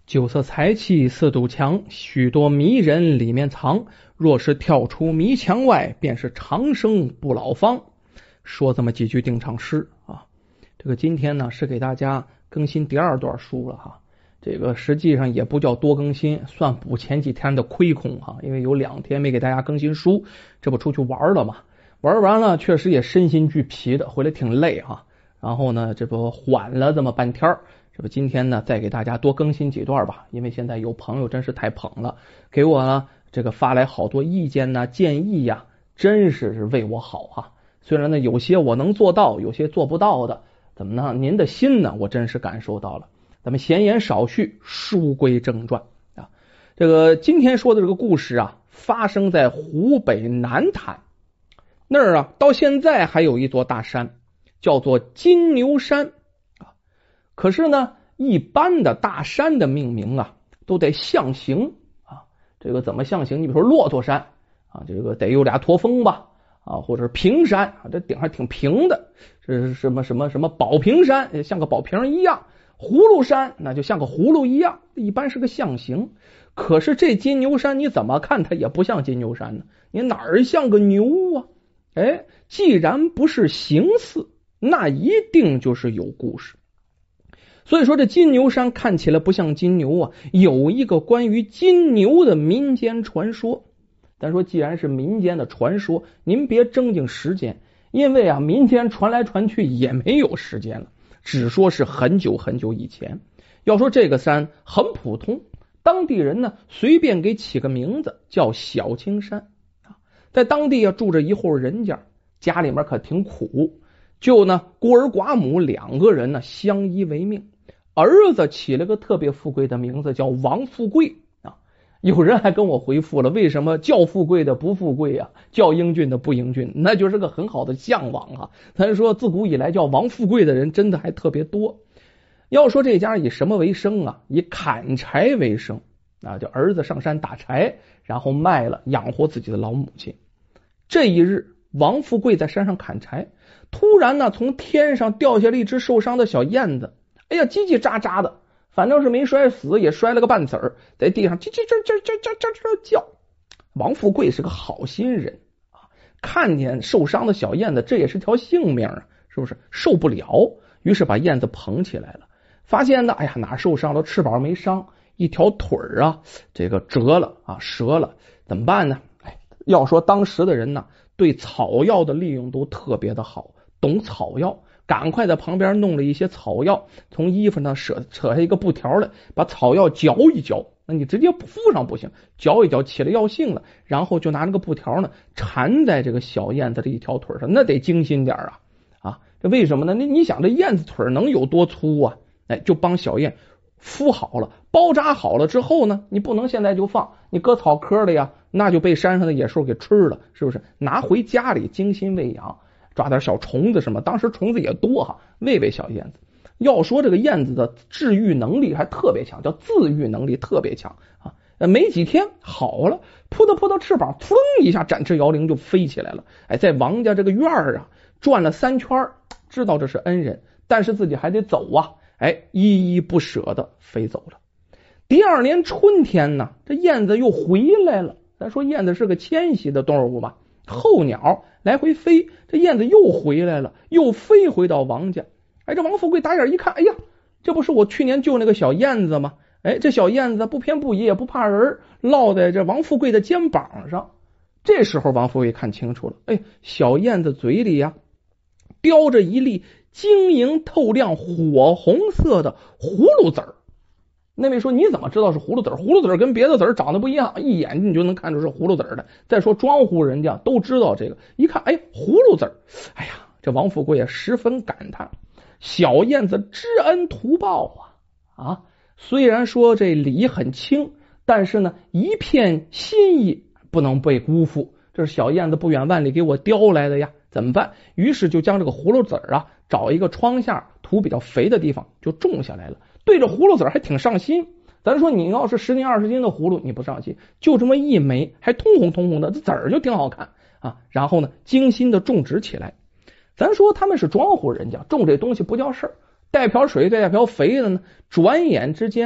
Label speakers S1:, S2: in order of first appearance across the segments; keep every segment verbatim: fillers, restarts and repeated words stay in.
S1: 酒色财气四堵墙，许多迷人里面藏。若是跳出迷墙外，便是长生不老方。说这么几句定场诗啊。这个今天呢是给大家更新第二段书了哈。这个实际上也不叫多更新，算补前几天的亏空哈，因为有两天没给大家更新书，这不出去玩了嘛。玩完了确实也身心俱疲的，回来挺累哈。然后呢这不缓了这么半天，这不今天呢再给大家多更新几段吧，因为现在有朋友真是太捧了，给我呢这个发来好多意见呐、建议呀，真是是为我好哈。虽然呢有些我能做到，有些做不到的，怎么呢？您的心呢我真是感受到了。咱们闲言少叙，书归正传啊。这个今天说的这个故事啊，发生在湖北南坛那儿啊，到现在还有一座大山，叫做金牛山啊。可是呢，一般的大山的命名啊，都得象形啊。这个怎么象形？你比如说骆驼山啊，这个得有俩驼峰吧啊，或者是平山啊，这顶上挺平的，这是什么什么什么宝瓶山，像个宝瓶一样。葫芦山那就像个葫芦一样，一般是个象形。可是这金牛山你怎么看它也不像金牛山呢？你哪儿像个牛啊？哎，既然不是形似，那一定就是有故事。所以说这金牛山看起来不像金牛啊，有一个关于金牛的民间传说。咱说既然是民间的传说，您别正经时间，因为啊民间传来传去也没有时间了，只说是很久很久以前。要说这个山很普通，当地人呢随便给起个名字叫小青山。在当地啊住着一户人家，家里面可挺苦，就呢孤儿寡母两个人呢相依为命。儿子起了个特别富贵的名字叫王富贵啊。有人还跟我回复了，为什么叫富贵的不富贵啊，叫英俊的不英俊？那就是个很好的向往啊。咱说自古以来叫王富贵的人真的还特别多。要说这家以什么为生啊？以砍柴为生啊，就儿子上山打柴，然后卖了养活自己的老母亲。这一日，王富贵在山上砍柴，突然呢从天上掉下了一只受伤的小燕子。哎呀，叽叽喳喳的，反正是没摔死，也摔了个半子儿，在地上叽叽喳喳喳喳喳喳叫。王富贵是个好心人啊，看见受伤的小燕子，这也是条性命啊，是不是受不了？于是把燕子捧起来了，发现呢，哎呀，哪受伤了？翅膀没伤，一条腿儿啊，这个折了啊，折了，怎么办呢？哎，要说当时的人呢，对草药的利用都特别的好，懂草药。赶快在旁边弄了一些草药，从衣服呢扯扯下一个布条来，把草药嚼一嚼。那你直接敷上不行，嚼一嚼起了药性了，然后就拿那个布条呢缠在这个小燕子的一条腿上，那得精心点啊啊！这为什么呢？你你想这燕子腿能有多粗啊？哎，就帮小燕敷好了，包扎好了之后呢，你不能现在就放，你搁草窠里呀，那就被山上的野兽给吃了，是不是？拿回家里精心喂养。抓点小虫子什么，当时虫子也多哈，喂喂小燕子。要说这个燕子的治愈能力还特别强，叫自愈能力特别强啊。没几天好了，扑腾扑腾翅膀，扑棱一下展翅摇铃就飞起来了。哎，在王家这个院儿啊转了三圈，知道这是恩人，但是自己还得走啊，哎，依依不舍的飞走了。第二年春天呢，这燕子又回来了。咱说燕子是个迁徙的动物嘛，候鸟来回飞，这燕子又回来了，又飞回到王家。哎，这王富贵打眼一看，哎呀，这不是我去年救那个小燕子吗？哎，这小燕子不偏不倚也不怕人，落在这王富贵的肩膀上。这时候王富贵看清楚了，哎，小燕子嘴里呀叼着一粒晶莹透亮火红色的葫芦籽儿。那位说你怎么知道是葫芦籽儿？葫芦籽儿跟别的籽儿长得不一样，一眼你就能看出是葫芦籽儿的。再说庄户人家都知道这个，一看哎葫芦籽儿，哎呀，这王富贵也十分感叹，小燕子知恩图报啊啊！虽然说这礼很轻，但是呢一片心意不能被辜负。这是小燕子不远万里给我叼来的呀，怎么办？于是就将这个葫芦籽儿啊找一个窗下土比较肥的地方就种下来了。对着葫芦籽还挺上心，咱说你要是十斤二十斤的葫芦你不上心，就这么一枚还通红通红的，这籽儿就挺好看啊。然后呢精心的种植起来。咱说他们是庄户人家，种这东西不叫事儿，带瓢水带瓢肥的呢，转眼之间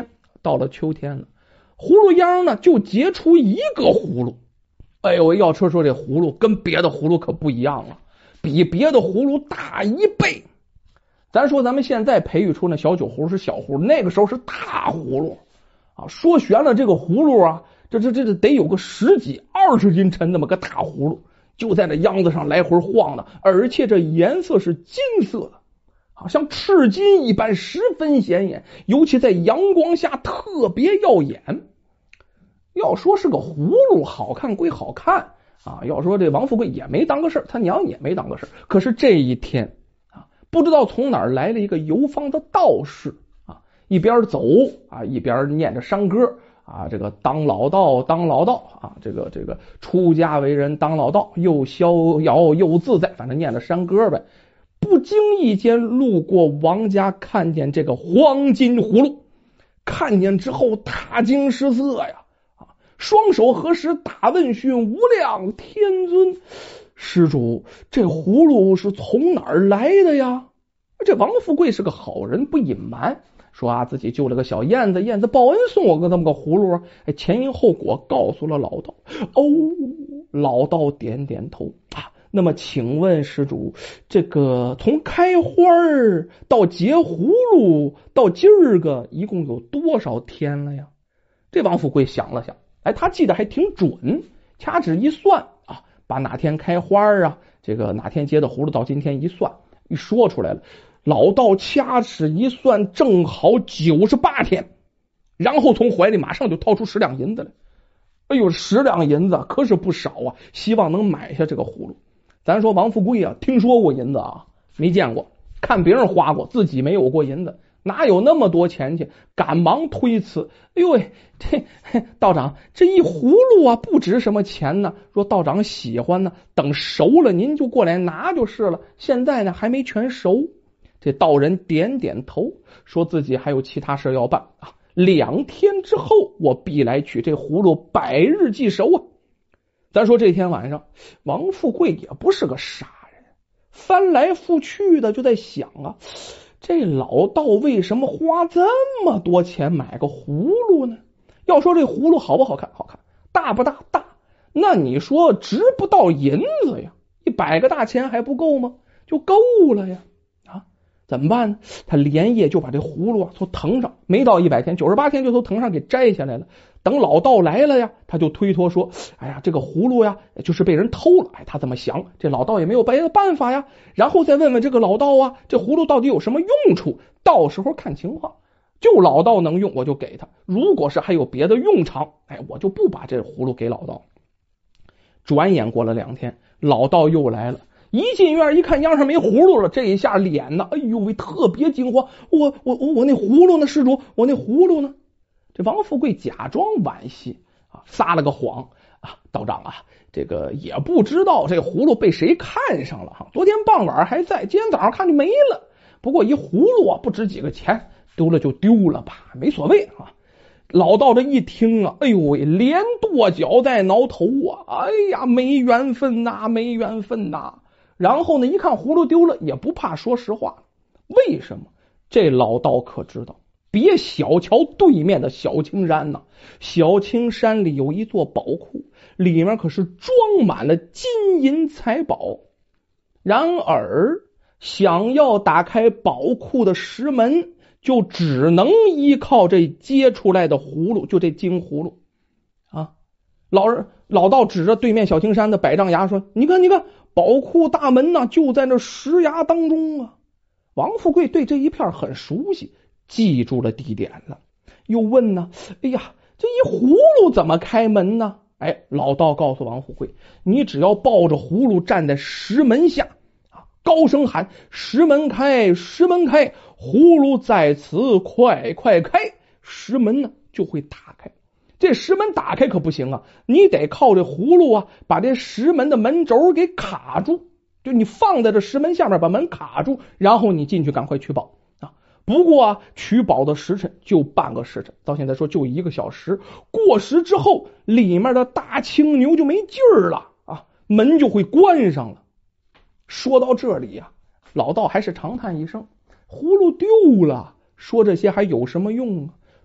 S1: 到了秋天了，葫芦秧呢就结出一个葫芦。哎呦，要说说这葫芦跟别的葫芦可不一样了，比别的葫芦大一倍。咱说咱们现在培育出那小酒葫芦是小葫芦，那个时候是大葫芦啊。说悬了，这个葫芦啊，这这这得有个十几二十斤沉那么个大葫芦，就在那秧子上来回晃的，而且这颜色是金色的，好像赤金一般，十分显眼，尤其在阳光下特别耀眼。要说是个葫芦，好看归好看啊，要说这王富贵也没当个事儿，他娘也没当个事儿。可是这一天啊，不知道从哪儿来了一个游方的道士啊，一边走啊一边念着山歌啊，这个当老道当老道啊，这个这个出家为人当老道，又逍遥又自在，反正念着山歌呗。不经意间路过王家，看见这个黄金葫芦，看见之后大惊失色呀，双手合十，大问讯无量天尊，施主，这葫芦是从哪儿来的呀？这王富贵是个好人，不隐瞒，说啊自己救了个小燕子，燕子报恩送我个这么个葫芦，哎，前因后果告诉了老道。哦，老道点点头啊。那么请问施主，这个从开花到结葫芦到今儿个一共有多少天了呀？这王富贵想了想，哎，他记得还挺准，掐指一算啊，把哪天开花啊，这个哪天结的葫芦到今天一算，一说出来了。老道掐指一算，正好九十八天，然后从怀里马上就掏出十两银子来。哎呦，十两银子可是不少啊，希望能买下这个葫芦。咱说王富贵啊，听说过银子啊，没见过，看别人花过，自己没有过银子，哪有那么多钱去？赶忙推辞。哎呦喂，这道长，这一葫芦啊，不值什么钱呢。若道长喜欢呢，等熟了您就过来拿就是了。现在呢还没全熟。这道人点点头，说自己还有其他事要办啊。两天之后我必来取这葫芦，百日即熟啊。咱说这天晚上，王富贵也不是个傻人，翻来覆去的就在想啊，这老道为什么花这么多钱买个葫芦呢？要说这葫芦好不好看？好看。大不大？大。那你说值不到银子呀？一百个大钱还不够吗？就够了呀。啊，怎么办呢？他连夜就把这葫芦啊从藤上，没到一百天，九十八天就从藤上给摘下来了。等老道来了呀，他就推脱说，哎呀，这个葫芦呀就是被人偷了。哎，他这么想，这老道也没有别的办法呀，然后再问问这个老道啊，这葫芦到底有什么用处，到时候看情况，就老道能用我就给他，如果是还有别的用场，哎，我就不把这葫芦给老道。转眼过了两天，老道又来了，一进院一看秧上没葫芦了，这一下脸呢，哎呦喂，特别惊慌，我我我我那葫芦呢，施主，我那葫芦呢？这王富贵假装惋惜啊，撒了个谎啊，道长啊，这个也不知道这葫芦被谁看上了哈，昨天傍晚还在，今天早上看就没了。不过一葫芦啊，不值几个钱，丢了就丢了吧，没所谓啊。老道这一听啊，哎呦喂，连跺脚在挠头啊，哎呀，没缘分呐、啊，没缘分呐、啊。然后呢，一看葫芦丢了，也不怕说实话。为什么？这老道可知道，别小瞧对面的小青山呐、啊，小青山里有一座宝库，里面可是装满了金银财宝。然而，想要打开宝库的石门，就只能依靠这接出来的葫芦，就这金葫芦啊！老人老道指着对面小青山的百丈崖说：“你看，你看，宝库大门呢、啊，就在那石崖当中啊！”王富贵对这一片很熟悉，记住了地点了，又问呢：“哎呀，这一葫芦怎么开门呢？”哎，老道告诉王富贵：“你只要抱着葫芦站在石门下啊，高声喊‘石门开，石门开’。”葫芦在此，快快开！石门呢就会打开。这石门打开可不行啊，你得靠这葫芦啊，把这石门的门轴给卡住。就你放在这石门下面，把门卡住，然后你进去赶快取宝啊。不过啊，取宝的时辰就半个时辰，到现在说就一个小时。过时之后，里面的大青牛就没劲儿了啊，门就会关上了。说到这里呀、啊，老道还是长叹一声。葫芦丢了，说这些还有什么用啊？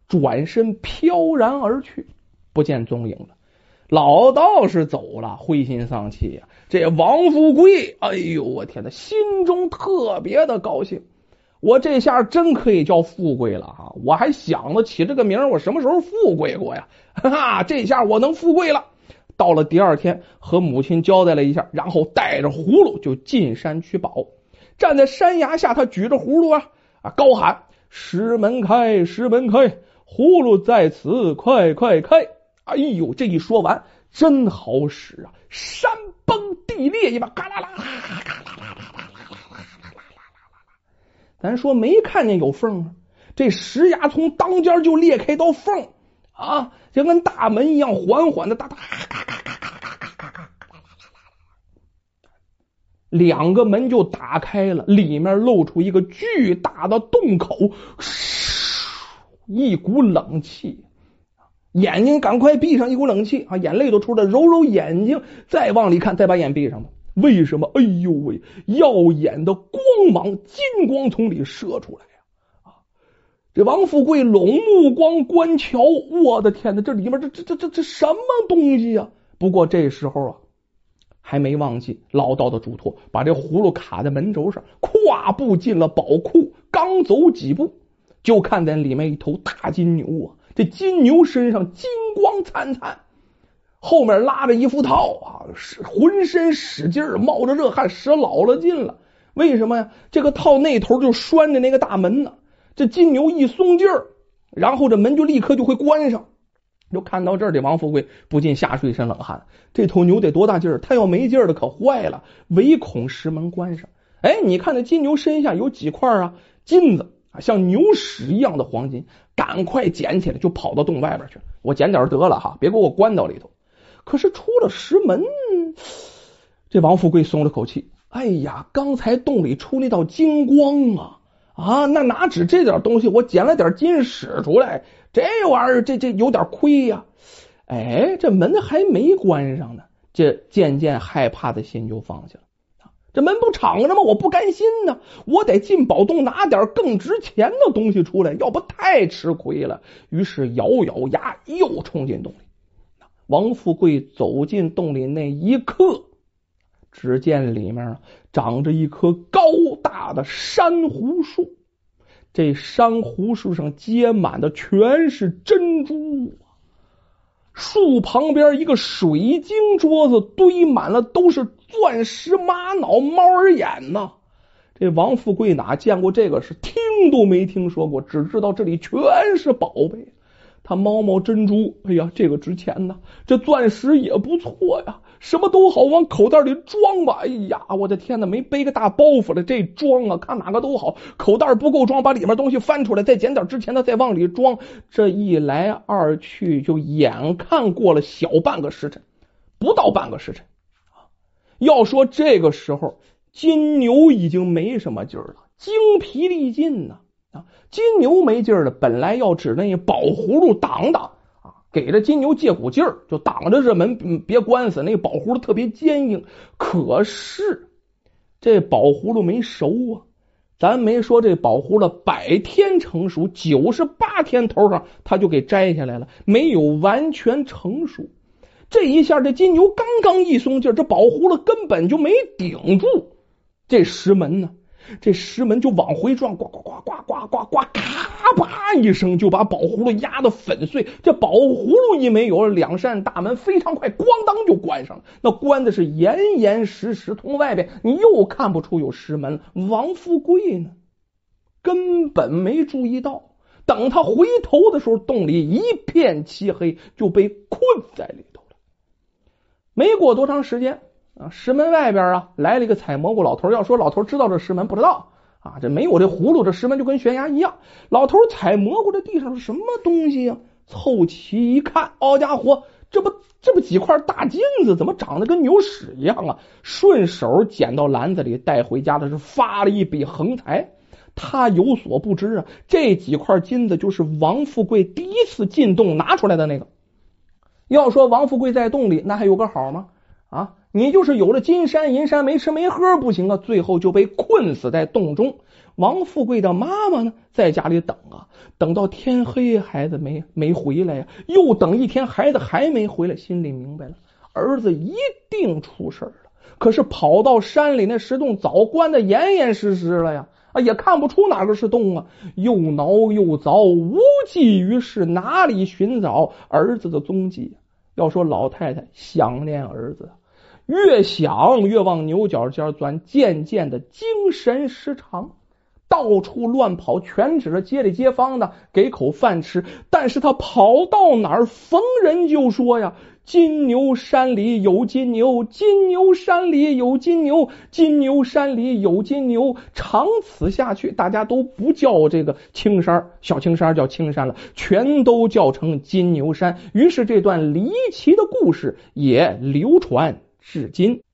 S1: 转身飘然而去，不见踪影了。老道士走了，灰心丧气呀、啊。这王富贵，哎呦我天哪，心中特别的高兴。我这下真可以叫富贵了哈！我还想着起这个名，我什么时候富贵过呀？哈哈，这下我能富贵了。到了第二天，和母亲交代了一下，然后带着葫芦就进山取宝。站在山崖下，他举着葫芦啊啊，高喊：“石门开，石门开，葫芦在此，快快开！”哎呦，这一说完，真好使啊！山崩地裂一般，嘎啦啦，嘎啦啦啦啦。咱说没看见有缝啊，这石崖从当间就裂开道缝啊，就跟大门一样，缓缓的哒哒，两个门就打开了，里面露出一个巨大的洞口，一股冷气，眼睛赶快闭上，一股冷气啊，眼泪都出来，揉揉眼睛，再往里看，再把眼闭上吧。为什么？哎呦喂，耀眼的光芒，金光从里射出来呀！啊，这王富贵拢目光观瞧，我的天哪，这里面这这这这这什么东西呀、啊？不过这时候啊，还没忘记老道的嘱托，把这葫芦卡在门轴上，跨步进了宝库。刚走几步，就看见里面一头大金牛啊！这金牛身上金光灿灿。后面拉着一副套啊，浑身使劲儿，冒着热汗，使老了劲了。为什么呀？这个套那头就拴着那个大门呢。这金牛一松劲儿，然后这门就立刻就会关上。就看到这儿，这王富贵不禁下出一身冷汗。这头牛得多大劲儿？他要没劲儿的可坏了，唯恐石门关上。哎，你看那金牛身下有几块啊金子啊，像牛屎一样的黄金，赶快捡起来就跑到洞外边去了。我捡点得了哈，别给我关到里头。可是出了石门，这王富贵松了口气。哎呀，刚才洞里出那道金光啊啊，那哪止这点东西？我捡了点金屎出来，这玩意儿这这有点亏呀、啊。哎，这门还没关上呢，这渐渐害怕的心就放下了。这门不敞着吗？我不甘心呢，我得进宝洞拿点更值钱的东西出来，要不太吃亏了。于是咬咬牙，又冲进洞里。王富贵走进洞里那一刻，只见里面长着一棵高大的珊瑚树，这珊瑚树上结满的全是珍珠，树旁边一个水晶桌子堆满了都是钻石、玛瑙、猫儿眼呐。这王富贵哪见过这个事，听都没听说过，只知道这里全是宝贝。他摸摸珍珠，哎呀，这个值钱呐！这钻石也不错呀，什么都好，往口袋里装吧。哎呀，我的天哪，没背个大包袱了，这装啊，看哪个都好。口袋不够装，把里面东西翻出来，再捡点值钱的，再往里装。这一来二去，就眼看过了小半个时辰，不到半个时辰。要说这个时候，金牛已经没什么劲儿了，精疲力尽呢。啊，金牛没劲儿了，本来要指那宝葫芦挡挡啊，给这金牛借股劲儿，就挡着这门别关死。那宝葫芦特别坚硬，可是这宝葫芦没熟啊。咱没说这宝葫芦百天成熟，九十八天头上他就给摘下来了，没有完全成熟。这一下这金牛刚刚一松劲儿，这宝葫芦根本就没顶住这石门呢。这石门就往回撞，呱呱呱呱呱呱呱，咔吧一声就把宝葫芦压得粉碎。这宝葫芦一没有，两扇大门非常快，咣当就关上了。那关的是严严实实，从外边你又看不出有石门。王富贵呢，根本没注意到。等他回头的时候，洞里一片漆黑，就被困在里头了。没过多长时间。啊，石门外边啊来了一个采蘑菇老头。要说老头知道这石门，不知道啊，这没有这葫芦，这石门就跟悬崖一样。老头采蘑菇，这地上是什么东西啊？凑齐一看，好家伙，这不这不几块大金子，怎么长得跟牛屎一样啊？顺手捡到篮子里带回家的是发了一笔横财。他有所不知啊，这几块金子就是王富贵第一次进洞拿出来的那个。要说王富贵在洞里，那还有个好吗？ 啊，你就是有了金山银山没吃没喝不行啊，最后就被困死在洞中。王富贵的妈妈呢，在家里等啊，等到天黑，孩子没没回来呀、啊，又等一天，孩子还没回来，心里明白了，儿子一定出事了。可是跑到山里，那石洞早关得严严实实了呀，啊，也看不出哪个是洞啊，又挠又凿，无济于事，哪里寻找儿子的踪迹？要说老太太想念儿子，越想越往牛角尖钻，渐渐的精神失常，到处乱跑，全指着街里街坊的给口饭吃。但是他跑到哪儿，逢人就说呀，金牛山里有金牛，金牛山里有金牛，金牛山里有金牛。长此下去，大家都不叫这个青山，小青山叫青山了，全都叫成金牛山。于是这段离奇的故事也流传至今。